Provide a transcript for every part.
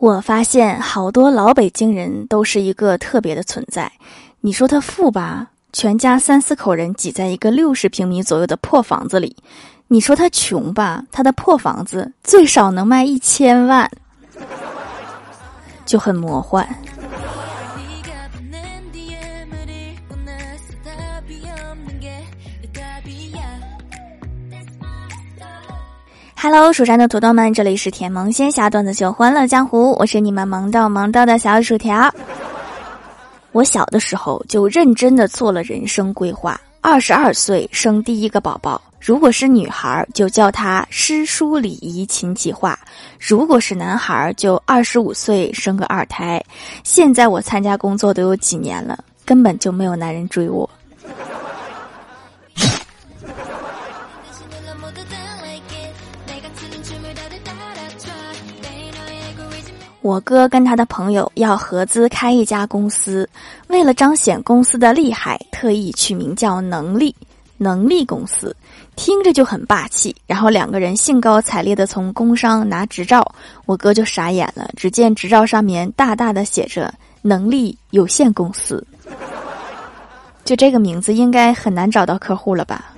我发现好多老北京人都是一个特别的存在。你说他富吧，全家3-4口人挤在一个60平米左右的破房子里；你说他穷吧，他的破房子最少能卖1000万，就很魔幻。Hello， 蜀山的土豆们，这里是甜萌仙侠段子秀欢乐江湖，我是你们萌到的小薯条。我小的时候就认真的做了人生规划，22岁生第一个宝宝，如果是女孩就叫她诗书礼仪琴棋画，如果是男孩就25岁生个2胎。现在我参加工作都有几年了，根本就没有男人追我。我哥跟他的朋友要合资开一家公司，为了彰显公司的厉害，特意取名叫能力公司，听着就很霸气。然后2个人兴高采烈地从工商拿执照，我哥就傻眼了，只见执照上面大大的写着能力有限公司。就这个名字应该很难找到客户了吧。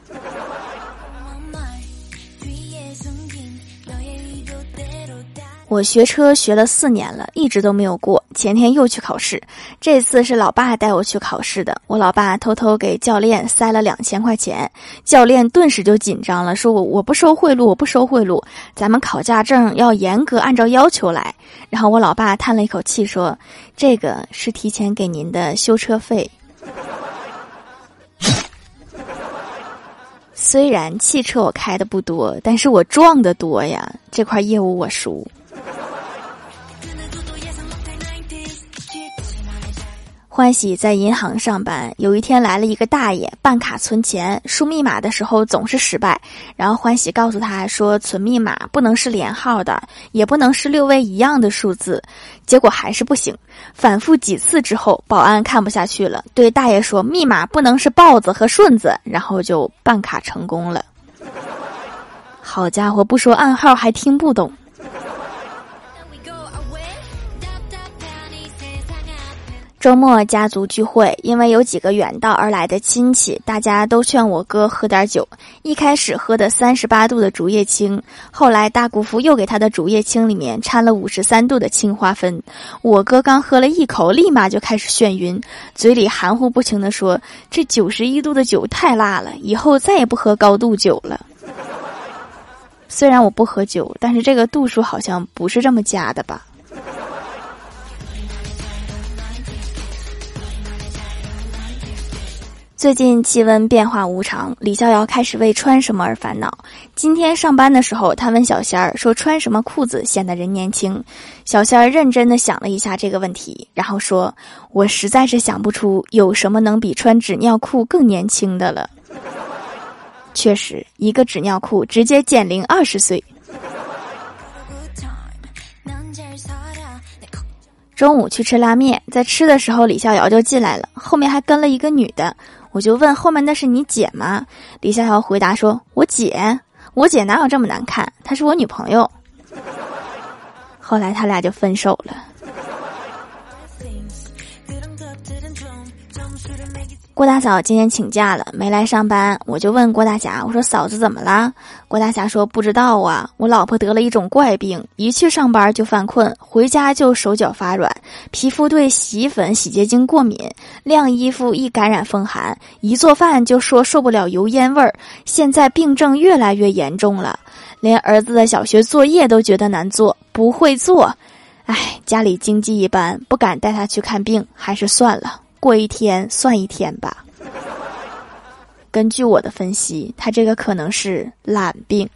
我学车学了4年了，一直都没有过，前天又去考试，这次是老爸带我去考试的。我老爸偷偷给教练塞了2000块钱，教练顿时就紧张了，说我不收贿赂，我不收贿赂，咱们考驾证要严格按照要求来。然后我老爸叹了一口气说，这个是提前给您的修车费。虽然汽车我开的不多，但是我撞的多呀，这块业务我熟。欢喜在银行上班，有一天来了一个大爷办卡存钱，输密码的时候总是失败，然后欢喜告诉他说，存密码不能是连号的，也不能是6位一样的数字，结果还是不行。反复几次之后，保安看不下去了，对大爷说，密码不能是豹子和顺子，然后就办卡成功了。好家伙，不说暗号还听不懂。周末家族聚会，因为有几个远道而来的亲戚，大家都劝我哥喝点酒。一开始喝的38度的竹叶青，后来大姑父又给他的竹叶青里面掺了53度的青花酚。我哥刚喝了一口，立马就开始眩晕，嘴里含糊不清地说，这91度的酒太辣了，以后再也不喝高度酒了。虽然我不喝酒，但是这个度数好像不是这么加的吧。最近气温变化无常，李逍遥开始为穿什么而烦恼。今天上班的时候，他问小仙儿说，穿什么裤子显得人年轻。小仙儿认真地想了一下这个问题，然后说，我实在是想不出有什么能比穿纸尿裤更年轻的了。确实，一个纸尿裤直接减龄20岁。中午去吃拉面，在吃的时候李逍遥就进来了，后面还跟了一个女的。我就问，后面那是你姐吗？李逍遥回答说，我姐哪有这么难看，她是我女朋友。后来他俩就分手了。郭大嫂今天请假了，没来上班，我就问郭大侠，我说嫂子怎么啦？郭大侠说，不知道啊，我老婆得了一种怪病，一去上班就犯困，回家就手脚发软，皮肤对洗衣粉洗洁精过敏，晾衣服易感染风寒，一做饭就说受不了油烟味儿，现在病症越来越严重了，连儿子的小学作业都觉得难做，不会做。家里经济一般，不敢带他去看病，还是算了，过一天算一天吧。根据我的分析，他这个可能是懒病。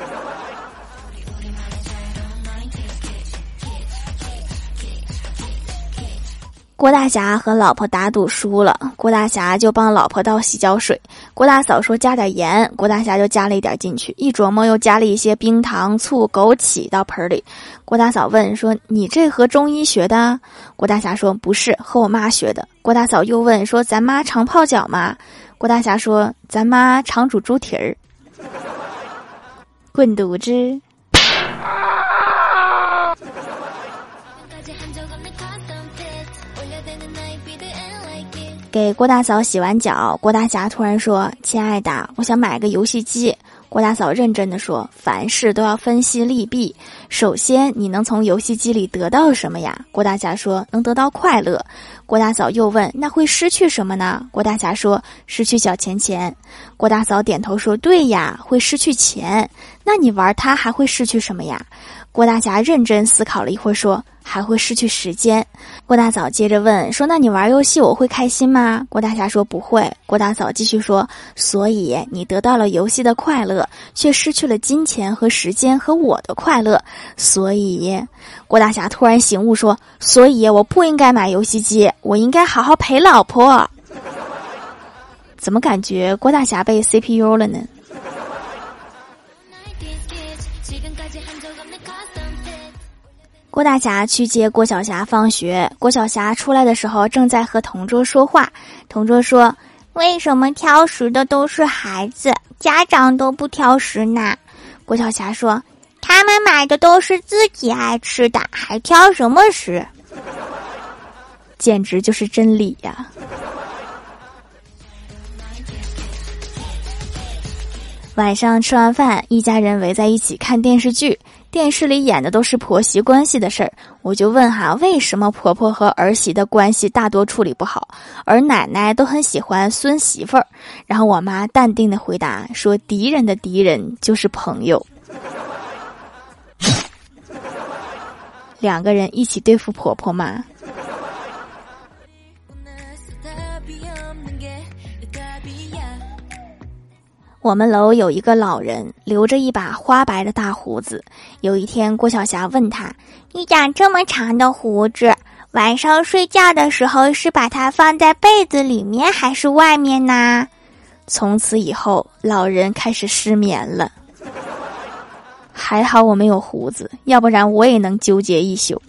郭大侠和老婆打赌输了，郭大侠就帮老婆倒洗脚水，郭大嫂说加点盐，郭大侠就加了一点进去，一琢磨又加了一些冰糖、醋、枸杞到盆里。郭大嫂问说，你这和中医学的？郭大侠说，不是，和我妈学的。郭大嫂又问说，咱妈常泡脚吗？郭大侠说，咱妈常煮猪蹄儿。滚犊子。 给郭大嫂洗完脚，郭大侠突然说：“亲爱的，我想买个游戏机。”郭大嫂认真地说：“凡事都要分析利弊。首先，你能从游戏机里得到什么呀？”郭大侠说：“能得到快乐。”郭大嫂又问：“那会失去什么呢？”郭大侠说：“失去小钱钱。”郭大嫂点头说：“对呀，会失去钱。那你玩它还会失去什么呀？”郭大侠认真思考了一会儿说：“还会失去时间。”郭大嫂接着问说：“那你玩游戏我会开心吗？”郭大侠说：“不会。”郭大嫂继续说：“所以你得到了游戏的快乐，却失去了金钱和时间和我的快乐。所以……”郭大侠突然醒悟说：“所以我不应该买游戏机，我应该好好陪老婆。”怎么感觉郭大侠被 CPU 了呢？郭大侠去接郭晓霞放学，郭晓霞出来的时候正在和同桌说话。同桌说：“为什么挑食的都是孩子，家长都不挑食呢？”郭晓霞说：“他们买的都是自己爱吃的，还挑什么食？”简直就是真理呀！晚上吃完饭，一家人围在一起看电视剧，电视里演的都是婆媳关系的事儿。我就问为什么婆婆和儿媳的关系大多处理不好，而奶奶都很喜欢孙媳妇儿？然后我妈淡定的回答说：“敌人的敌人就是朋友。”两个人一起对付婆婆吗？我们楼有一个老人，留着一把花白的大胡子。有一天，郭晓霞问他：“你长这么长的胡子，晚上睡觉的时候是把它放在被子里面还是外面呢？”从此以后，老人开始失眠了。还好我没有胡子，要不然我也能纠结一宿。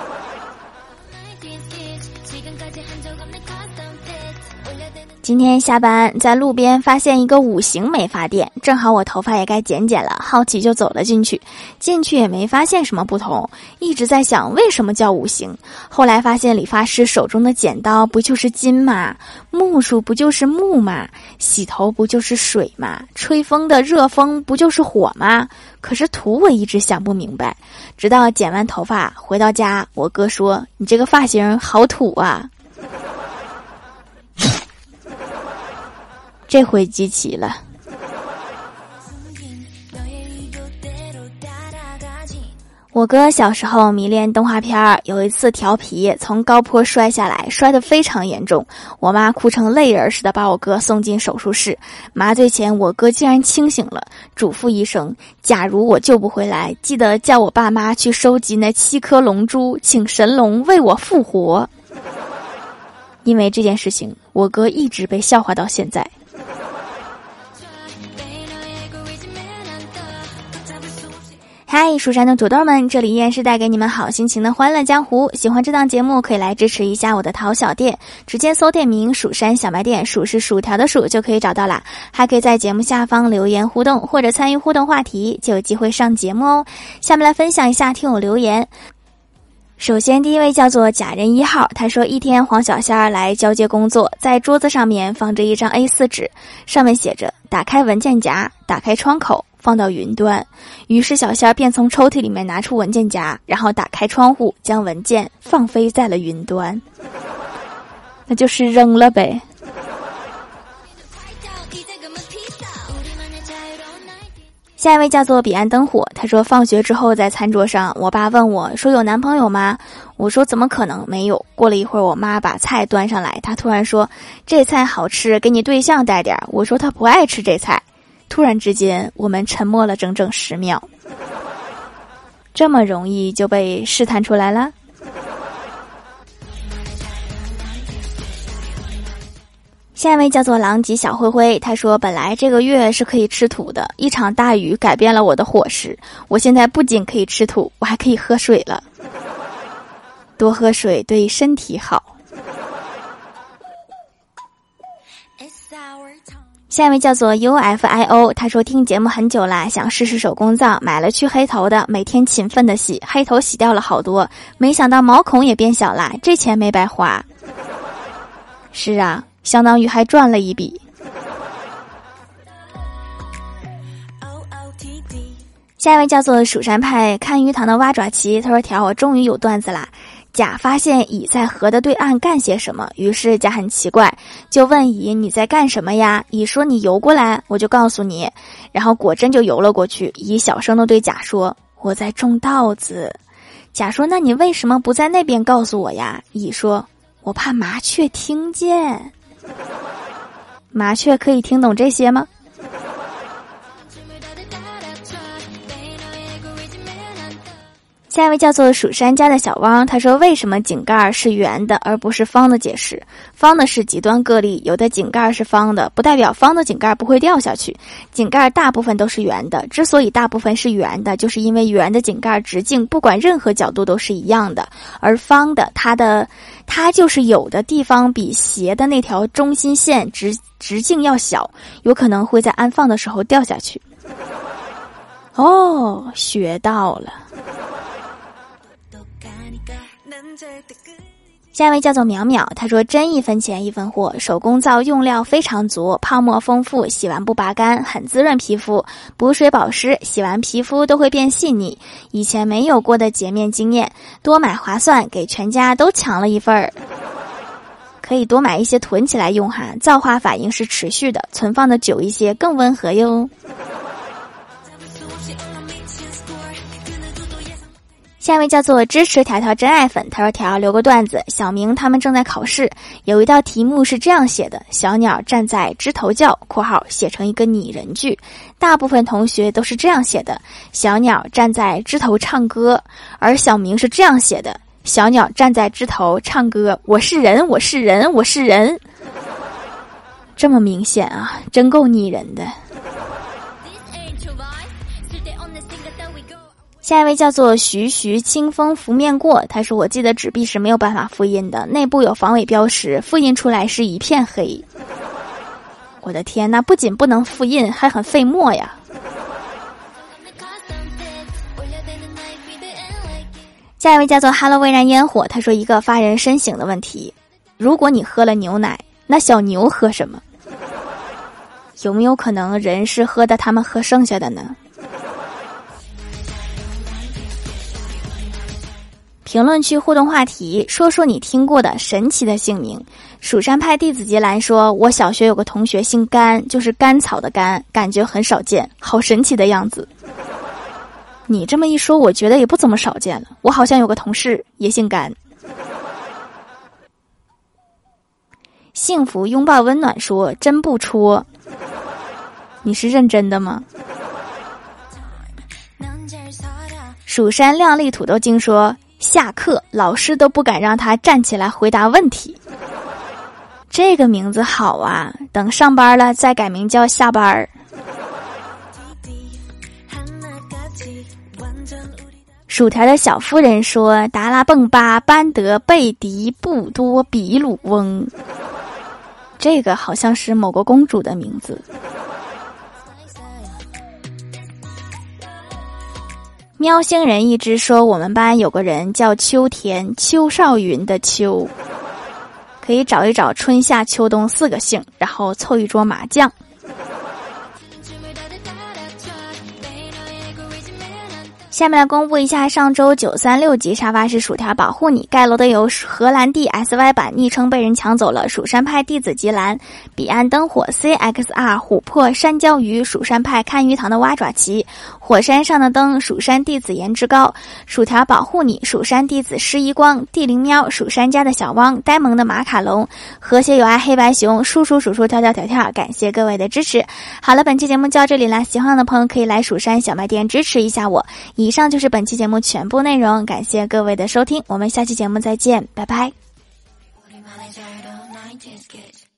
今天下班在路边发现一个五行美发店，正好我头发也该剪了，好奇就走了进去。进去也没发现什么不同，一直在想为什么叫五行。后来发现理发师手中的剪刀不就是金吗？木梳不就是木吗？洗头不就是水吗？吹风的热风不就是火吗？可是土我一直想不明白，直到剪完头发回到家，我哥说：“你这个发型好土啊。”这回集齐了。我哥小时候迷恋动画片，有一次调皮从高坡摔下来，摔得非常严重，我妈哭成泪人似的把我哥送进手术室。麻醉前我哥竟然清醒了，嘱咐医生：“假如我救不回来，记得叫我爸妈去收集那7颗龙珠，请神龙为我复活。”因为这件事情，我哥一直被笑话到现在。嗨，蜀山的土豆们，这里依然是带给你们好心情的欢乐江湖。喜欢这档节目可以来支持一下我的淘小店，直接搜店名蜀山小卖店，蜀是薯条的蜀就可以找到啦。还可以在节目下方留言互动，或者参与互动话题，就有机会上节目哦。下面来分享一下听友留言。首先第一位叫做假人1号，他说一天黄小仙儿来交接工作，在桌子上面放着一张 A4 纸，上面写着：打开文件夹，打开窗口，放到云端。于是小仙儿便从抽屉里面拿出文件夹，然后打开窗户，将文件放飞在了云端。那就是扔了呗。下一位叫做彼岸灯火，他说放学之后在餐桌上，我爸问我说有男朋友吗？我说怎么可能没有。过了一会儿，我妈把菜端上来，她突然说这菜好吃，给你对象带点。我说他不爱吃这菜。突然之间我们沉默了整整10秒。这么容易就被试探出来了？下一位叫做狼藉小灰灰，他说本来这个月是可以吃土的，一场大雨改变了我的伙食，我现在不仅可以吃土，我还可以喝水了。多喝水对身体好。 下一位叫做 UFIO， 他说听节目很久啦，想试试手工皂，买了去黑头的，每天勤奋的洗，黑头洗掉了好多，没想到毛孔也变小啦，这钱没白花。是啊，相当于还赚了一笔。下一位叫做蜀山派看鱼塘的蛙爪旗，他说条我终于有段子啦。甲发现乙在河的对岸干些什么，于是甲很奇怪，就问乙你在干什么呀？乙说你游过来，我就告诉你。然后果真就游了过去。乙小声地对甲说我在种稻子。甲说那你为什么不在那边告诉我呀？乙说我怕麻雀听见。麻雀可以听懂这些吗？下一位叫做蜀山家的小汪，他说为什么井盖是圆的而不是方的解释。方的是极端个例，有的井盖是方的，不代表方的井盖不会掉下去。井盖大部分都是圆的，之所以大部分是圆的，就是因为圆的井盖直径不管任何角度都是一样的，而方的它就是有的地方比斜的那条中心线直径要小，有可能会在安放的时候掉下去。哦，学到了。下一位叫做淼淼，他说真1分钱1分货，手工皂用料非常足，泡沫丰富，洗完不拔干，很滋润皮肤，补水保湿，洗完皮肤都会变细腻，以前没有过的洁面经验，多买划算，给全家都抢了一份儿。可以多买一些囤起来用哈，皂化反应是持续的，存放的久一些更温和哟。下一位叫做支持条条真爱粉，他说条留个段子，小明他们正在考试，有一道题目是这样写的，小鸟站在枝头叫（括号写成一个拟人句），大部分同学都是这样写的，小鸟站在枝头唱歌，而小明是这样写的，小鸟站在枝头唱歌，我是人我是人我是人。这么明显啊，真够拟人的。下一位叫做徐清风拂面过，他说我记得纸币是没有办法复印的，内部有防伪标识，复印出来是一片黑。我的天，那不仅不能复印，还很费墨呀。下一位叫做哈喽微燃烟火，他说一个发人深省的问题，如果你喝了牛奶，那小牛喝什么？有没有可能人是喝的他们喝剩下的呢？评论区互动话题，说说你听过的神奇的姓名。蜀山派弟子杰兰说，我小学有个同学姓甘，就是甘草的甘，感觉很少见，好神奇的样子。你这么一说，我觉得也不怎么少见了，我好像有个同事也姓甘。幸福拥抱温暖说，真不戳。你是认真的吗？蜀山靓丽土豆精说，下课老师都不敢让他站起来回答问题。这个名字好啊，等上班了再改名叫下班。薯条的小夫人说，达拉蹦巴班德贝迪布多比鲁翁。这个好像是某个公主的名字。喵星人一只说，我们班有个人叫秋田，邱少云的秋，可以找一找春夏秋冬4个姓，然后凑一桌麻将。下面来公布一下上周936集沙发是薯条保护你盖楼的有荷兰弟 SY 版昵称被人抢走了，蜀山派弟子吉兰，彼岸灯火 CXR 琥珀山椒鱼，蜀山派看鱼塘的蛙爪旗，火山上的灯蜀山弟子颜值高，薯条保护你蜀山弟子施一光，地灵喵蜀山家的小汪，呆萌的马卡龙，和谐有爱黑白熊，叔叔跳跳跳跳，感谢各位的支持。好了，本期节目就到这里啦，喜欢的朋友可以来蜀山小卖店支持一下我。以上就是本期节目全部内容，感谢各位的收听，我们下期节目再见，拜拜。